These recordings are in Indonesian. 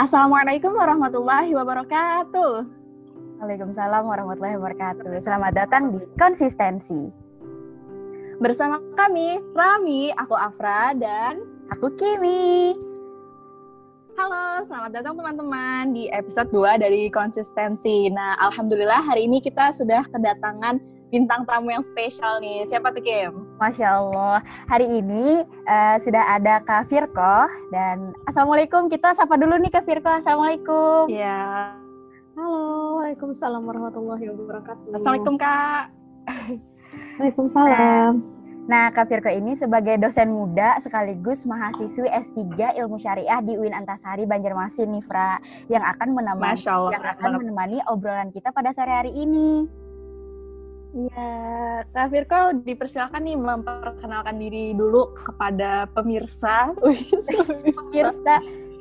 Assalamualaikum warahmatullahi wabarakatuh. Waalaikumsalam warahmatullahi wabarakatuh. Selamat datang di Konsistensi. Bersama kami, Rami, aku Afra, dan aku Kimi. Halo, selamat datang teman-teman di episode 2 dari Konsistensi. Nah, alhamdulillah hari ini kita sudah kedatangan bintang tamu yang spesial nih. Siapa tuh, Kim? Masya Allah. Hari ini sudah ada Kak Firqoh. Dan Assalamualaikum. Kita sapa dulu nih Kak Firqoh. Assalamualaikum. Ya. Halo, Waalaikumsalam warahmatullahi wabarakatuh. Assalamualaikum, Kak. Waalaikumsalam. Nah, Kak Firqoh ini sebagai dosen muda sekaligus mahasiswi S3 Ilmu Syariah di UIN Antasari Banjarmasin nih, Fra, yang akan menemani obrolan kita pada sore hari ini. Iya, Kak Firqoh dipersilakan nih memperkenalkan diri dulu kepada pemirsa. Pemirsa.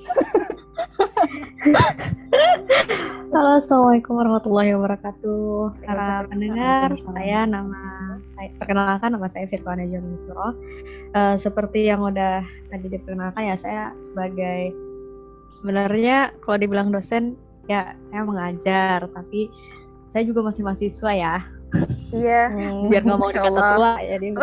Halo, Assalamualaikum warahmatullahi wabarakatuh. Para pendengar, perkenalkan nama saya Firqoh Najwa Nusroh. Seperti yang udah tadi diperkenalkan ya, saya sebagai sebenarnya kalau dibilang dosen ya saya mengajar, tapi saya juga masih mahasiswa ya. Iya. Biar ngomong dikata tua ya dia.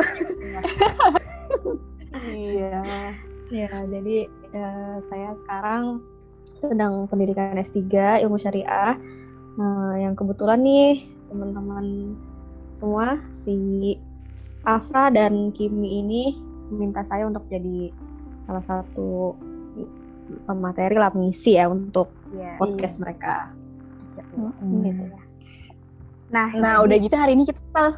Iya. Ya, jadi saya sekarang sedang pendidikan S3 Ilmu Syariah. Yang kebetulan nih teman-teman semua, si Afra dan Kimi ini meminta saya untuk jadi salah satu pemateri lah, pengisi ya untuk podcast mereka. Gitu ya. Nah, udah gitu hari ini kita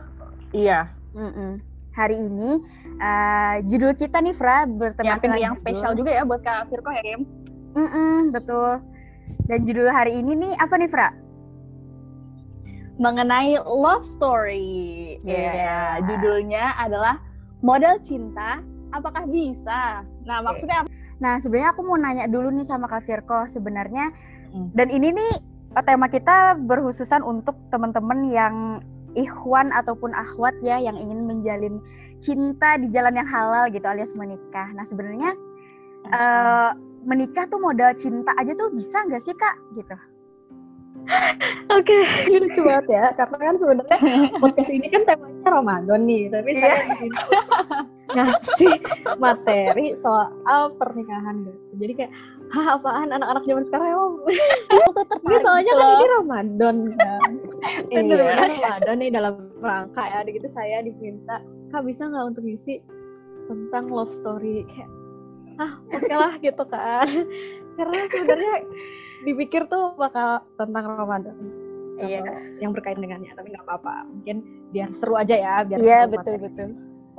hari ini judul kita nih, Fra, bertemakan yang spesial juga ya buat Kak Firqoh ya, Kim? Betul. Dan judul hari ini nih apa nih, Fra? Mengenai love story. Ya, judulnya adalah Modal Cinta Apakah Bisa? Nah, maksudnya Nah, sebenarnya aku mau nanya dulu nih sama Kak Firqoh sebenarnya. Dan ini nih tema kita berhususan untuk teman-teman yang ikhwan ataupun akhwat ya, yang ingin menjalin cinta di jalan yang halal gitu, alias menikah. Nah, sebenarnya menikah tuh modal cinta aja tuh bisa nggak sih, Kak? Gitu. Oke, lucu banget ya. Karena kan sebenarnya podcast ini kan temanya Ramadan nih, tapi saya ngasih materi soal pernikahan gitu. Jadi kayak, apaan anak-anak zaman sekarang emang? Ini soalnya kan ini Ramadan kan. Ramadan nih dalam rangka ya. Gitu saya diminta, Kak bisa nggak untuk ngisi tentang love story? Kayak, oke lah gitu kan. Karena sebenarnya dipikir tuh bakal tentang Ramadan. Yang berkaitan dengannya, tapi nggak apa-apa. Mungkin biar seru aja ya. Iya, betul-betul.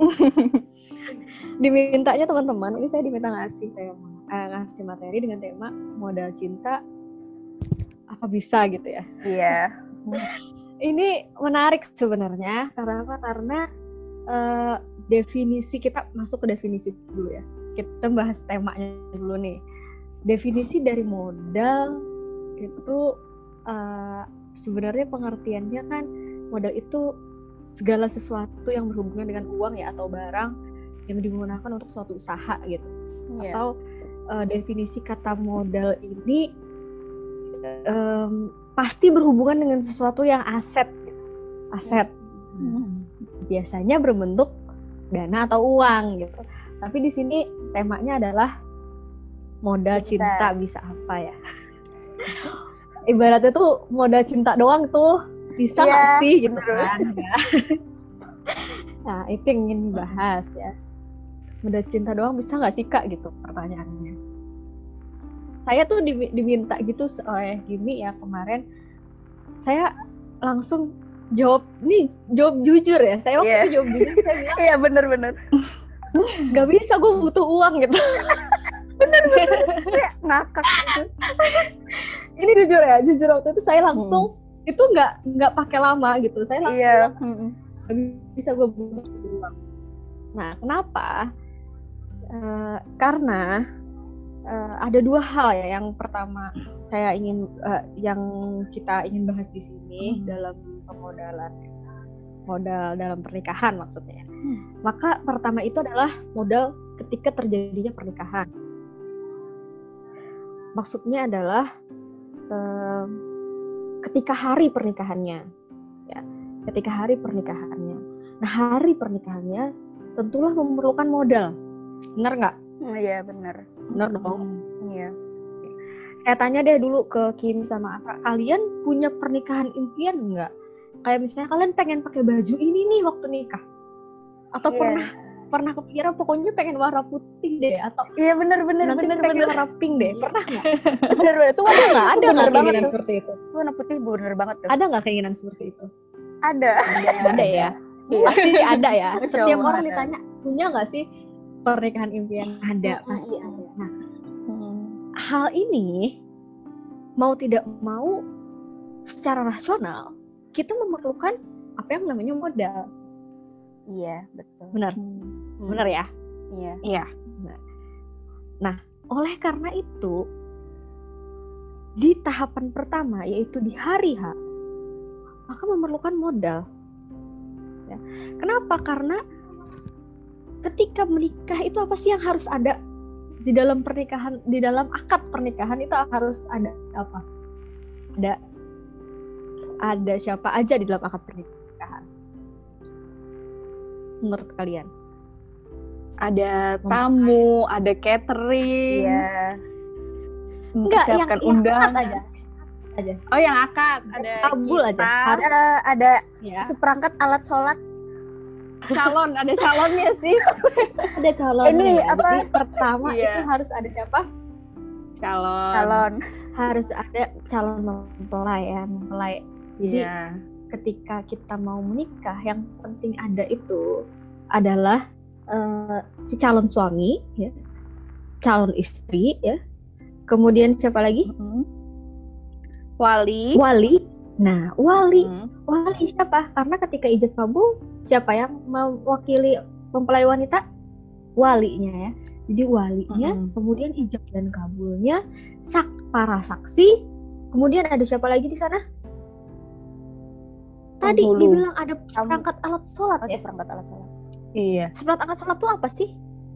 Dimintanya teman-teman, ini saya diminta ngasih materi dengan tema modal cinta apa bisa gitu ya. Iya. Ini menarik sebenarnya karena apa? Karena definisi, kita masuk ke definisi dulu ya. Kita bahas temanya dulu nih. Definisi dari modal itu sebenarnya pengertiannya kan modal itu segala sesuatu yang berhubungan dengan uang ya atau barang yang digunakan untuk suatu usaha gitu. Atau definisi kata modal ini pasti berhubungan dengan sesuatu yang aset gitu. Aset biasanya berbentuk dana atau uang gitu. Tapi di sini temanya adalah modal cinta bisa apa ya? Ibaratnya tuh modal cinta doang tuh bisa nggak sih gitu kan? Nah itu yang ingin dibahas ya. Modal cinta doang bisa nggak sih, Kak, gitu pertanyaannya. Saya tuh diminta gitu oleh Gimi ya kemarin. Saya langsung jawab jujur ya. Saya waktu jawab jujur saya bilang iya bener. Nggak bisa, gue butuh uang gitu. Bener ngakak gitu. Ini jujur waktu itu saya langsung itu nggak pakai lama gitu. Saya langsung nggak bisa, gue butuh uang. Nah kenapa? Karena ada dua hal ya. Yang pertama saya ingin yang kita ingin bahas di sini dalam pemodalan modal dalam pernikahan maksudnya. Maka pertama itu adalah modal ketika terjadinya pernikahan. maksudnya adalah ketika hari pernikahannya, ya, ketika hari pernikahannya. Nah, hari pernikahannya tentulah memerlukan modal, benar nggak? Iya, benar. Benar dong. Iya. Saya tanya deh dulu ke Kim sama Afra, kalian punya pernikahan impian nggak? Kayak misalnya kalian pengen pakai baju ini nih waktu nikah, atau pernah kepikiran pokoknya pengen warna putih deh, atau iya benar nanti pengen warna pink deh, pernah nggak? Bener itu Ada nggak bener banget keinginan tuh. seperti itu? Warna putih bener banget tuh. Ada nggak keinginan seperti itu? Ada ya. Iya. Pasti ada ya. Masya Setiap Allah, orang ada. ditanya punya nggak sih pernikahan impian? Ada, pasti ada. Nah, hal ini mau tidak mau secara rasional kita memerlukan apa yang namanya modal. Iya, betul. Benar. Benar ya? Iya. Iya. Nah, oleh karena itu di tahapan pertama, yaitu di hari H, maka memerlukan modal. Ya. Kenapa? Karena ketika menikah itu apa sih yang harus ada di dalam pernikahan, di dalam akad pernikahan itu harus ada apa? Ada siapa aja di dalam akad pernikahan? Menurut kalian? Ada tamu, ada catering. Iya. Enggak, Siapkan yang undangan. akad aja. Oh, yang akad. Ada Kabul aja. gitar, Ada Ya. seperangkat alat sholat. calon. Ada calonnya sih. Ada calon. Ini apa? Jadi pertama Iya. itu harus ada siapa? Calon. Harus ada calon mempelai ya, mempelai. Jadi Iya. ketika kita mau menikah, yang penting ada itu adalah si calon suami, ya, calon istri, ya. Kemudian siapa lagi? Wali. Wali. Nah, wali Mm. wali siapa? Karena ketika ijab kabul, siapa yang mewakili mempelai wanita? Walinya ya. Jadi walinya, kemudian ijab dan kabulnya, para saksi, kemudian ada siapa lagi di sana? Tadi Penghulu. dibilang ada seperangkat alat sholat ya. Seperangkat alat sholat. Iya. Seperangkat alat sholat itu apa sih?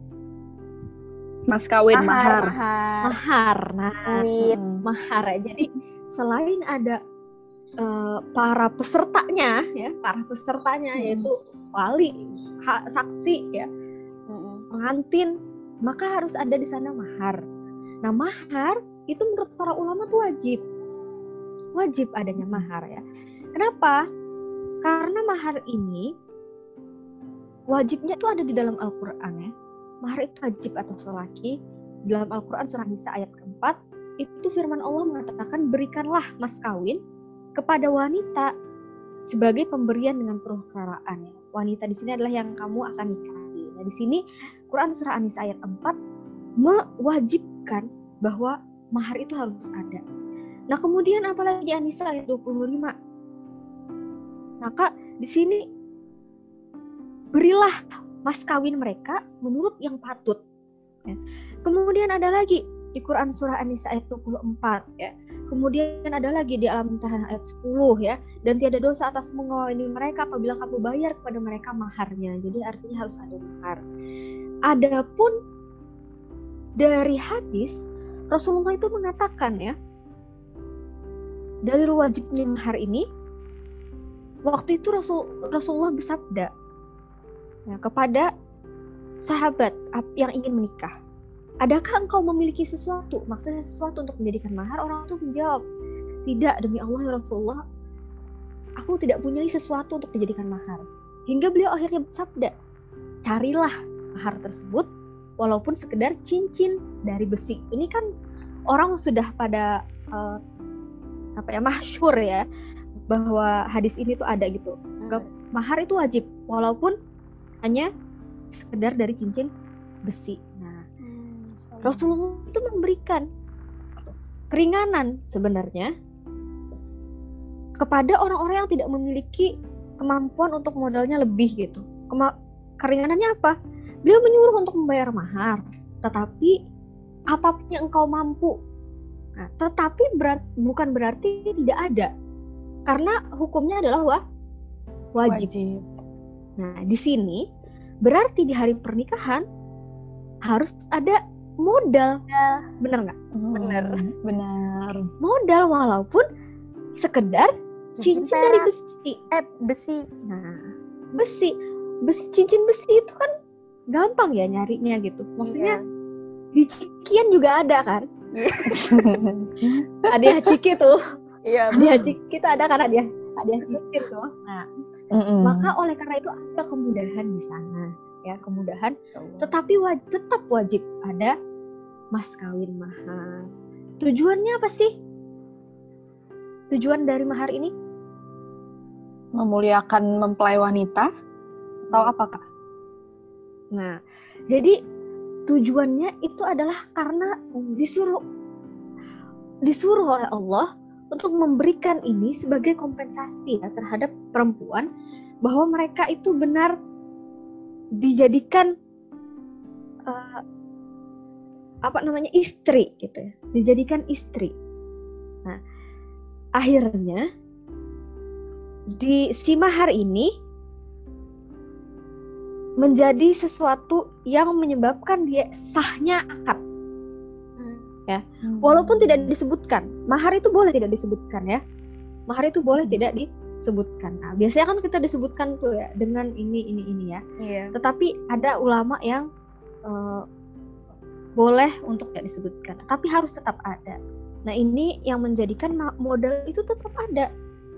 Mas kawin, mahar. Mahar. Nah, Duit. mahar ya. Jadi selain ada para pesertanya ya, yaitu wali, saksi ya, pengantin, maka harus ada di sana mahar. Nah, mahar itu menurut para ulama tuh wajib adanya mahar ya. Kenapa? Karena mahar ini wajibnya tuh ada di dalam Al-Quran ya. Mahar itu wajib atas lelaki. Dalam Al-Quran surah Nisa ayat keempat, itu firman Allah mengatakan, berikanlah mas kawin kepada wanita sebagai pemberian dengan peruh-keraan ya. Wanita di sini adalah yang kamu akan nikahi. Nah, di sini Quran surah An-Nisa ayat 4 mewajibkan bahwa mahar itu harus ada. Nah, kemudian apalagi di An-Nisa ayat 25. Maka di sini berilah mas kawin mereka menurut yang patut. Ya. Kemudian ada lagi di Quran surah An-Nisa ayat 24 ya. Kemudian ada lagi di Al-Mumtahanah ayat 10 ya. Dan tiada dosa atas mengawini mereka apabila kamu bayar kepada mereka maharnya. Jadi artinya harus ada mahar. Adapun dari hadis Rasulullah itu mengatakan ya, dalil wajibnya mahar ini, waktu itu Rasulullah bersabda ya, kepada sahabat yang ingin menikah, adakah engkau memiliki sesuatu? Maksudnya sesuatu untuk menjadikan mahar. Orang itu menjawab, tidak, demi Allah ya Rasulullah, aku tidak punya sesuatu untuk dijadikan mahar. Hingga beliau akhirnya bersabda, carilah mahar tersebut walaupun sekedar cincin dari besi. Ini kan orang sudah pada masyhur ya, bahwa hadis ini tuh ada gitu. Mahar itu wajib walaupun hanya sekedar dari cincin besi. Nah, Rasulullah itu memberikan keringanan sebenarnya kepada orang-orang yang tidak memiliki kemampuan untuk modalnya lebih gitu. Keringanannya apa? Beliau menyuruh untuk membayar mahar, tetapi apapun yang engkau mampu. Nah, tetapi bukan berarti tidak ada, karena hukumnya adalah wajib. Nah, di sini berarti di hari pernikahan harus ada modal. Bener nggak? Benar. Modal walaupun sekedar cincin dari besi. Besi. Nah, besi, cincin besi itu kan gampang ya nyarinya gitu. Maksudnya di Cikian juga ada kan? Hadiah Ciki tuh. Iya. Hadiah Ciki itu ada kan hadiah Ciki tuh. Nah, maka oleh karena itu ada kemudahan di sana, ya kemudahan. Tetapi tetap wajib ada mas kawin mahar. Tujuannya apa sih? Tujuan dari mahar ini? Memuliakan mempelai wanita atau apakah? Nah, jadi tujuannya itu adalah karena disuruh oleh Allah untuk memberikan ini sebagai kompensasi ya, terhadap perempuan, bahwa mereka itu benar dijadikan istri gitu ya, dijadikan istri. Nah, akhirnya di si mahar ini menjadi sesuatu yang menyebabkan dia sahnya akad. Ya, walaupun tidak disebutkan, mahar itu boleh tidak disebutkan ya. Mahar itu boleh tidak disebutkan. Nah, biasanya kan kita disebutkan tuh ya dengan ini ya. Iya. Tetapi ada ulama yang boleh untuk tidak disebutkan, tapi harus tetap ada. Nah, ini yang menjadikan modal itu tetap ada.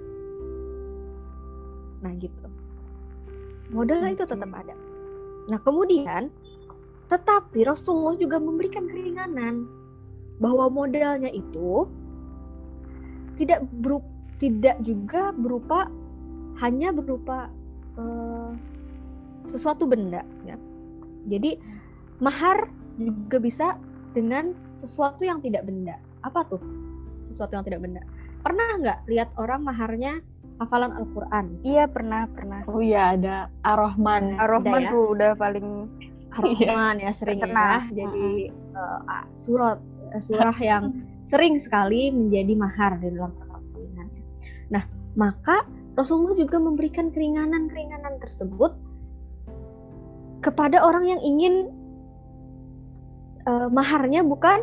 Nah, gitu. Modal itu tetap ada. Nah, kemudian tetapi Rasulullah juga memberikan keringanan bahwa modalnya itu tidak juga berupa hanya berupa sesuatu benda ya. Jadi mahar juga bisa dengan sesuatu yang tidak benda. Apa tuh sesuatu yang tidak benda? Pernah nggak lihat orang maharnya hafalan Al-Quran? Iya, pernah. Oh iya, ada Ar-Rahman. Ar-Rahman ya? tuh udah paling Ar-Rahman ya sering ya. Jadi surah yang sering sekali menjadi mahar di dalam perkawinan. Nah, maka Rasulullah juga memberikan keringanan tersebut kepada orang yang ingin maharnya bukan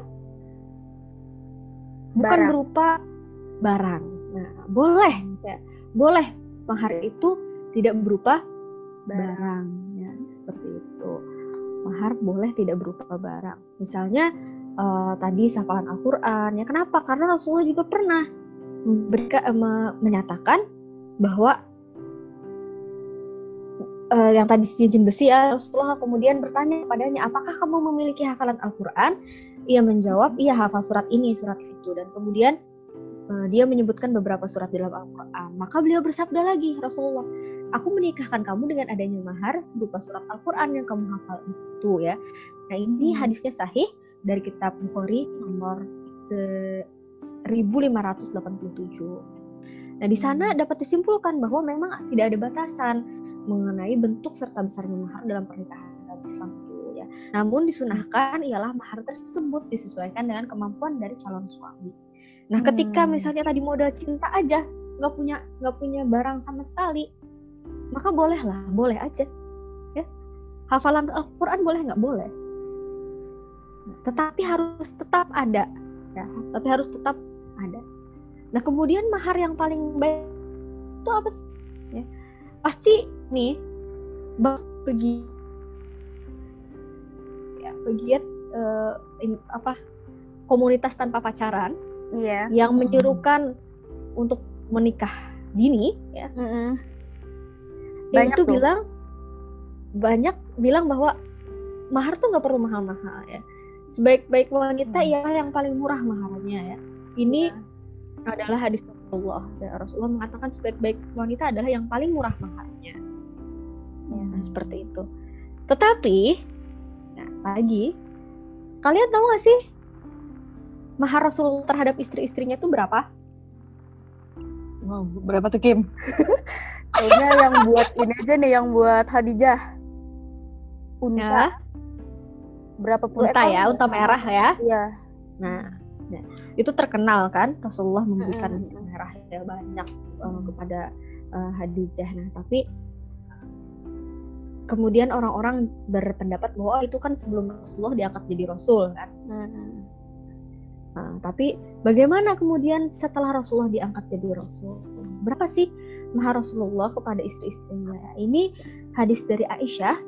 berupa barang. Nah, boleh mahar itu tidak berupa barang ya, seperti itu. Mahar boleh tidak berupa barang. Misalnya tadi hafalan Al-Quran ya. Kenapa? Karena Rasulullah juga pernah menyatakan bahwa yang tadi cincin besi ya, Rasulullah kemudian bertanya kepadanya, apakah kamu memiliki hafalan Al-Quran? Ia menjawab, iya hafal surat ini, surat itu. Dan kemudian dia menyebutkan beberapa surat dalam Al-Quran. Maka beliau bersabda lagi, Rasulullah, aku menikahkan kamu dengan adanya mahar berupa surat Al-Quran yang kamu hafal itu ya. Nah, ini hadisnya sahih dari kitab Bukhari nomor 1587. Nah, di sana dapat disimpulkan bahwa memang tidak ada batasan mengenai bentuk serta besarnya mahar dalam pernikahan dalam Islam itu ya. Namun disunahkan ialah mahar tersebut disesuaikan dengan kemampuan dari calon suami. Nah, ketika misalnya tadi modal cinta aja, nggak punya barang sama sekali, maka boleh aja ya. Hafalan Al-Quran boleh nggak? Boleh. Tetapi harus tetap ada ya. Nah, kemudian mahar yang paling baik itu apa sih? Ya. Pasti nih pegiat komunitas tanpa pacaran yang menyuruhkan untuk menikah dini ya. Banyak bilang bahwa mahar tuh nggak perlu mahal-mahal ya. Sebaik-baik wanita ialah yang paling murah maharnya ya. Ini adalah hadis Rasulullah. Rasulullah mengatakan sebaik-baik wanita adalah yang paling murah maharnya. Nah, seperti itu. Tetapi, lagi, kalian tahu nggak sih mahar Rasul terhadap istri-istrinya itu berapa? Wow, berapa tuh Kim? Kayaknya yang buat ini aja nih, yang buat Khadijah. Unta. Ya. Berapa puluh unta ya, unta merah ya. Iya. Nah, itu terkenal kan, Rasulullah memberikan merah ya banyak kepada Khadijah. Nah, tapi kemudian orang-orang berpendapat bahwa itu kan sebelum Rasulullah diangkat jadi Rasul kan. Nah, tapi bagaimana kemudian setelah Rasulullah diangkat jadi Rasul? Berapa sih mahar Rasulullah kepada istri-istrinya? Ini hadis dari Aisyah.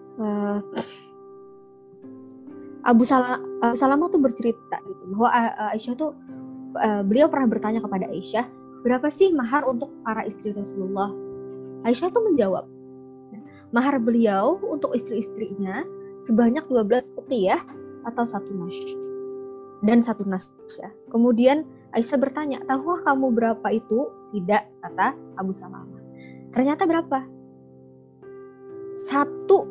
Abu Salamah tuh bercerita gitu bahwa Aisyah tuh beliau pernah bertanya kepada Aisyah, berapa sih mahar untuk para istri Rasulullah? Aisyah tuh menjawab, mahar beliau untuk istri-istrinya sebanyak 12 uqiyah atau 1 nash dan 1 nash ya. Kemudian Aisyah bertanya, tahukah kamu berapa itu? Tidak, kata Abu Salamah. Ternyata berapa? 1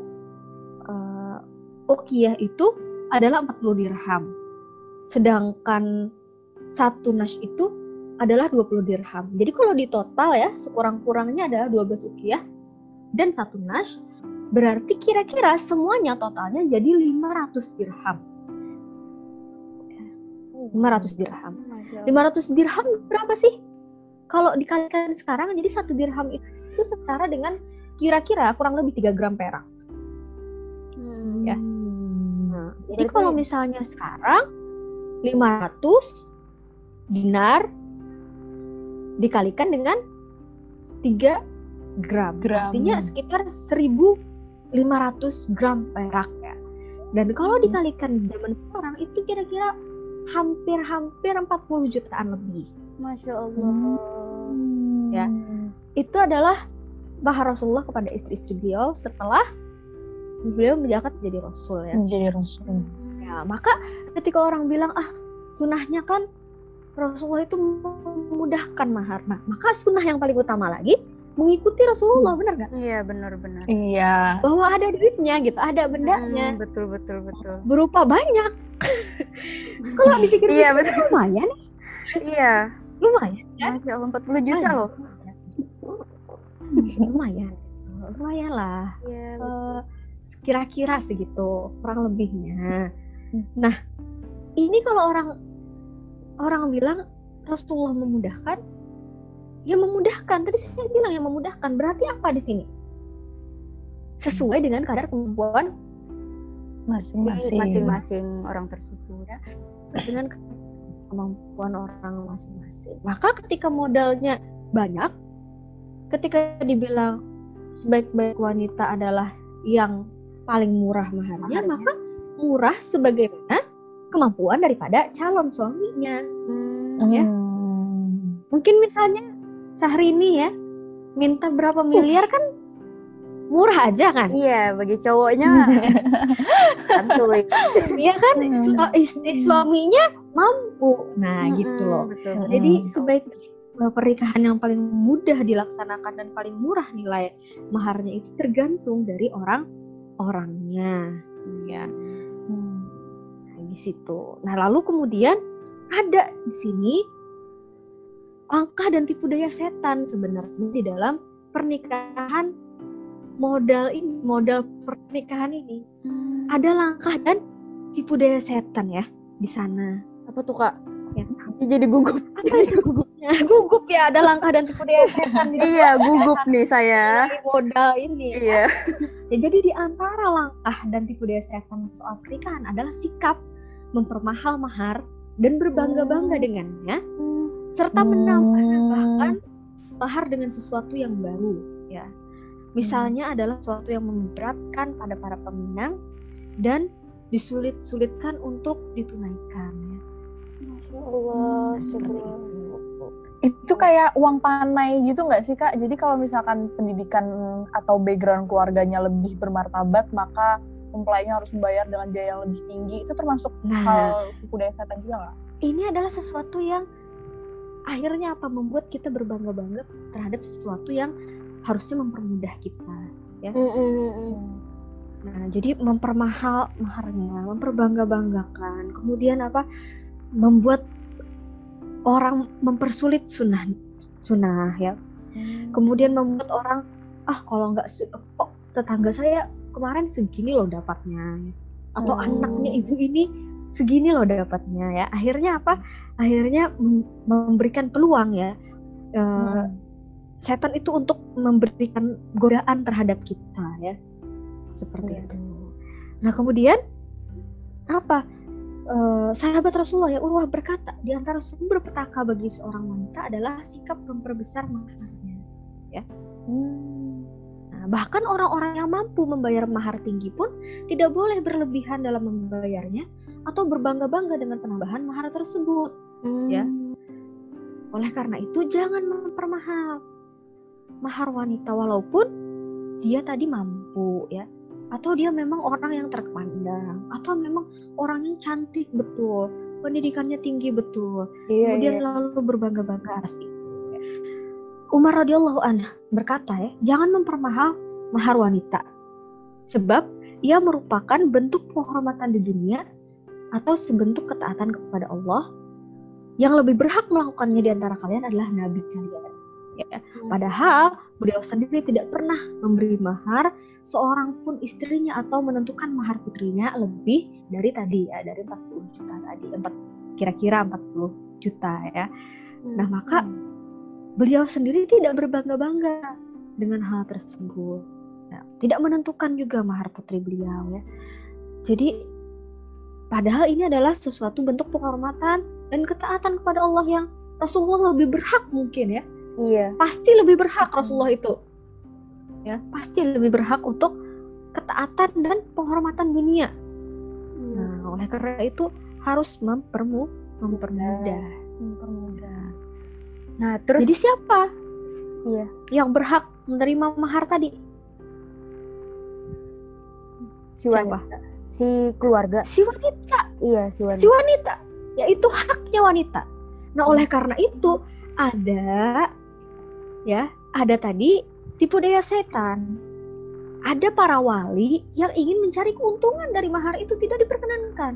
uqiyah itu adalah 40 dirham. Sedangkan 1 nash itu adalah 20 dirham. Jadi kalau di total ya, sekurang-kurangnya adalah 12 uqiyah dan 1 nash, berarti kira-kira semuanya totalnya jadi 500 dirham. 500 dirham. 500 dirham berapa sih? Kalau dikalikan sekarang, jadi 1 dirham itu setara dengan kira-kira kurang lebih 3 gram perak. Ya. Nah, jadi kalau misalnya sekarang 500 dinar dikalikan dengan 3 gram. Artinya sekitar 1.500 gram perak ya. Dan kalau dikalikan zaman sekarang itu kira-kira hampir 40 jutaan lebih. Masya Allah. Ya. Itu adalah mahar Rasulullah kepada istri-istri beliau setelah beliau diangkat jadi Rasul ya. Menjadi Rasul. Ya, maka ketika orang bilang sunahnya kan Rasulullah itu memudahkan mahar. Nah, maka sunnah yang paling utama lagi mengikuti Rasulullah, benar nggak? Iya, benar-benar. Iya. Bahwa ada duitnya gitu, ada bendanya. Betul. Berupa banyak. Kalau dipikir iya, betul. Lumayan. Iya. Lumayan kan? Masya Allah, 40 juta loh. Lumayan lah. Iya. Kira-kira segitu kurang lebihnya. Nah, ini kalau orang bilang Rasulullah memudahkan, ya memudahkan. Tadi saya bilang yang memudahkan, berarti apa di sini? Sesuai dengan kadar kemampuan masing-masing orang tersebut. Ya, dengan kemampuan orang masing-masing. Maka ketika modalnya banyak, ketika dibilang sebaik-baik wanita adalah yang paling murah maharnya, maka murah sebagaimana kemampuan daripada calon suaminya. Ya. Mungkin misalnya Syahrini ya minta berapa miliar kan murah aja kan? Iya, bagi cowoknya santuy. Iya kan, suaminya mampu. Nah, gitu loh. Betul. Jadi sebaiknya pernikahan yang paling mudah dilaksanakan dan paling murah nilai maharnya itu tergantung dari orangnya. Ya. Nah, di situ. Nah, lalu kemudian ada di sini langkah dan tipu daya setan sebenarnya di dalam pernikahan modal pernikahan ini. Ada langkah dan tipu daya setan ya di sana. Apa tuh, Kak? Ya. Jadi gugup. Apa itu gugupnya? Gugup ya, ada langkah dan tipu daya setan. Iya, gugup nih saya. Dari modal ini. Iya. Ya, jadi di antara langkah dan tipu daya setan soal pernikahan adalah sikap mempermahal mahar dan berbangga-bangga dengannya, serta menambah mahar dengan sesuatu yang baru. Ya. Misalnya adalah sesuatu yang memberatkan pada para peminang dan disulit-sulitkan untuk ditunaikan. Ya. Masya Allah. Itu kayak uang panai gitu nggak sih, Kak? Jadi kalau misalkan pendidikan atau background keluarganya lebih bermartabat, maka mempelainya harus membayar dengan biaya yang lebih tinggi. Itu termasuk hal tipu daya setan juga nggak? Ini adalah sesuatu yang akhirnya membuat kita berbangga-bangga terhadap sesuatu yang harusnya mempermudah kita. Ya. Nah, jadi mempermahal maharnya, memperbangga-banggakan. Kemudian membuat orang mempersulit sunnah ya. Kemudian membuat orang kalau nggak tetangga saya kemarin segini loh dapatnya, atau anaknya ibu ini segini loh dapatnya ya. Akhirnya akhirnya memberikan peluang ya setan itu untuk memberikan godaan terhadap kita ya. seperti itu. Nah kemudian apa? Sahabat Rasulullah ya Urwah berkata, di antara sumber petaka bagi seorang wanita adalah sikap memperbesar maharnya. Ya. Nah, bahkan orang-orang yang mampu membayar mahar tinggi pun tidak boleh berlebihan dalam membayarnya atau berbangga-bangga dengan penambahan mahar tersebut. Ya. Oleh karena itu jangan mempermahal mahar wanita walaupun dia tadi mampu ya. Atau dia memang orang yang terpandang, atau memang orang yang cantik betul, pendidikannya tinggi betul, kemudian lalu berbangga-bangga atas itu. Umar radhiyallahu anhu berkata ya, jangan mempermahal mahar wanita, sebab ia merupakan bentuk penghormatan di dunia atau sebentuk ketaatan kepada Allah. Yang lebih berhak melakukannya di antara kalian adalah Nabi kalian. Ya. Padahal beliau sendiri tidak pernah memberi mahar seorang pun istrinya atau menentukan mahar putrinya lebih dari tadi ya, dari 40 juta tadi, kira-kira 40 juta ya. Nah maka beliau sendiri tidak berbangga-bangga dengan hal tersebut. Nah, tidak menentukan juga mahar putri beliau ya. Jadi padahal ini adalah sesuatu bentuk penghormatan dan ketaatan kepada Allah yang Rasulullah lebih berhak mungkin ya. Iya. Pasti lebih berhak Rasulullah itu. Ya, pasti lebih berhak untuk ketaatan dan penghormatan dunia. Nah, oleh karena itu harus mempermudah. Nah, terus jadi siapa? Iya. Yang berhak menerima mahar tadi? Siapa? Si keluarga. Si wanita. Iya, si wanita. Si wanita. Yaitu haknya wanita. Nah, oleh karena itu ada tadi tipu daya setan. Ada para wali yang ingin mencari keuntungan dari mahar itu, tidak diperkenankan.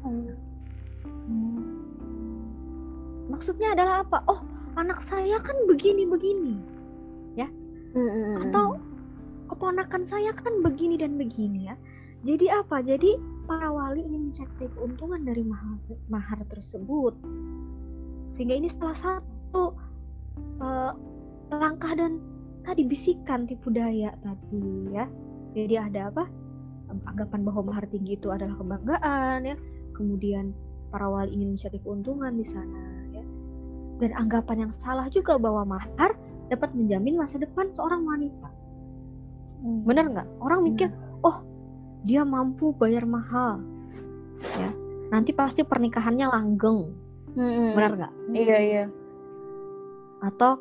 Maksudnya adalah apa? Oh, anak saya kan begini-begini. Ya. Atau keponakan saya kan begini dan begini ya. Jadi apa? Jadi para wali ingin mencari keuntungan dari mahar tersebut. Sehingga ini salah satu langkah dan tadi bisikan tipu daya tadi ya. Jadi ada apa? Anggapan bahwa mahar tinggi itu adalah kebanggaan ya. Kemudian para wali ingin mencari keuntungan di sana ya. Dan anggapan yang salah juga bahwa mahar dapat menjamin masa depan seorang wanita. Benar nggak? Orang mikir, oh dia mampu bayar mahal ya. Nanti pasti pernikahannya langgeng. Benar nggak? Iya. Atau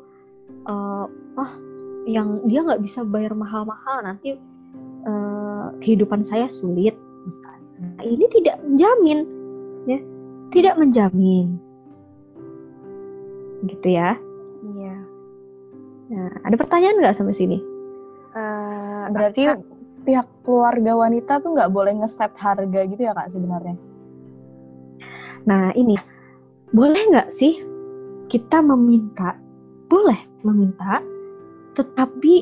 yang dia nggak bisa bayar mahal-mahal, nanti kehidupan saya sulit misalnya. Nah, ini tidak menjamin ya, tidak menjamin gitu ya. Iya. Nah, ada pertanyaan nggak sampai sini? Berarti pihak keluarga wanita tuh nggak boleh ngeset harga gitu ya Kak sebenarnya? Nah ini boleh nggak sih kita meminta? Boleh meminta, tetapi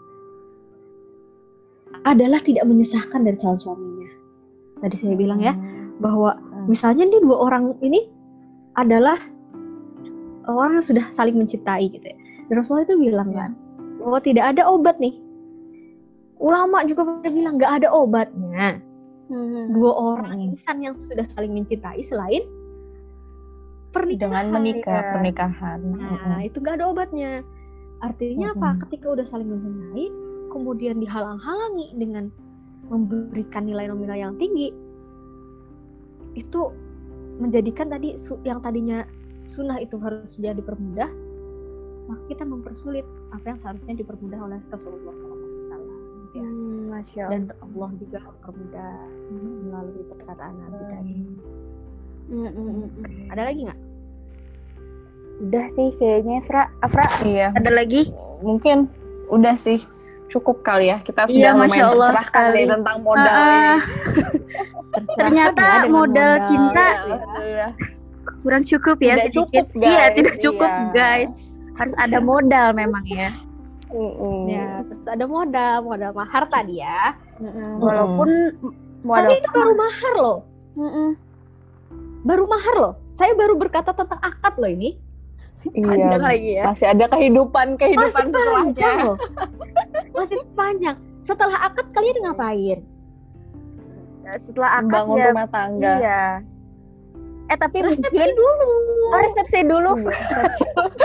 adalah tidak menyusahkan dari calon suaminya. Tadi saya bilang ya, bahwa misalnya nih dua orang ini adalah orang yang sudah saling mencintai gitu ya. Dan Rasulullah itu bilang kan, bahwa tidak ada obat nih. Ulama juga bilang nggak ada obatnya. Dua orang insan yang sudah saling mencintai selain dengan pernikahan. Nah, itu nggak ada obatnya. Artinya apa? Ketika udah saling mencintai, kemudian dihalang-halangi dengan memberikan nilai nominal yang tinggi, itu menjadikan tadi yang tadinya sunnah itu harus sudah dipermudah, maka kita mempersulit apa yang seharusnya dipermudah oleh Rasulullah SAW. Ya. Masya Allah. Dan Allah juga mempermudah melalui perkataan Nabi tadi. Ada lagi nggak? Udah sih kayaknya, Afra. Iya. Ada lagi? Mungkin udah sih. Cukup kali ya. Kita sudah lumayan tercerahkan nih tentang modal ini. Ternyata modal cinta kurang cukup ya. Tidak sedikit. cukup, guys. Iya, tidak cukup guys. Harus ada modal memang ya. Ya, terus ada modal mahar tadi ya. Walaupun modal tapi itu baru mahar loh. Baru mahar loh. Saya baru berkata tentang akad loh ini. Iya. lagi ya. Masih ada kehidupan setelahnya. Masih panjang. setelah akad kalian ngapain? Setelah akad Bangun ya, rumah tangga. iya. Tapi Resepsi mungkin dulu. resepsi dulu. Resepsi.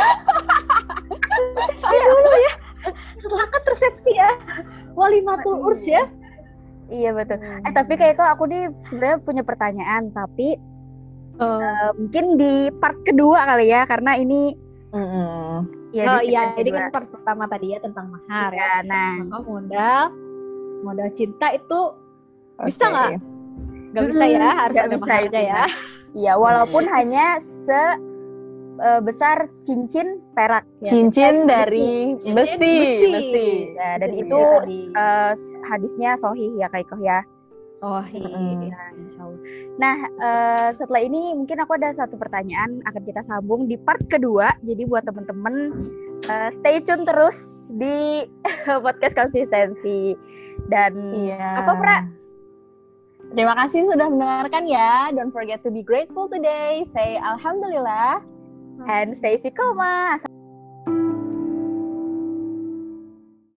Resepsi dulu ya. Setelah akad resepsi ya. Walimatul urs ya. Iya betul. Tapi kayak kok aku nih sebenarnya punya pertanyaan, tapi mungkin di part kedua kali ya, karena ini Oh di iya, segmen ini kedua. kan part pertama tadi ya tentang mahar ya. Ya, nah, Maka modal cinta itu bisa Oke. nggak? Nggak bisa ya, harus nggak ada bisa maharnya itu, ya. iya walaupun hanya besar cincin perak. Ya. Cincin dari Cincin besi. Ya, dan Cincin itu besi tadi. hadisnya sahih ya Kak Iko ya. Sohi. Mm-mm. Ya, insya Allah. Nah, setelah ini mungkin aku ada satu pertanyaan akan kita sambung di part kedua. Jadi buat teman-teman stay tune terus di podcast konsistensi. Dan Iya. apa Pra? Terima kasih sudah mendengarkan ya. Don't forget to be grateful today. Say alhamdulillah. And stay istiqomah.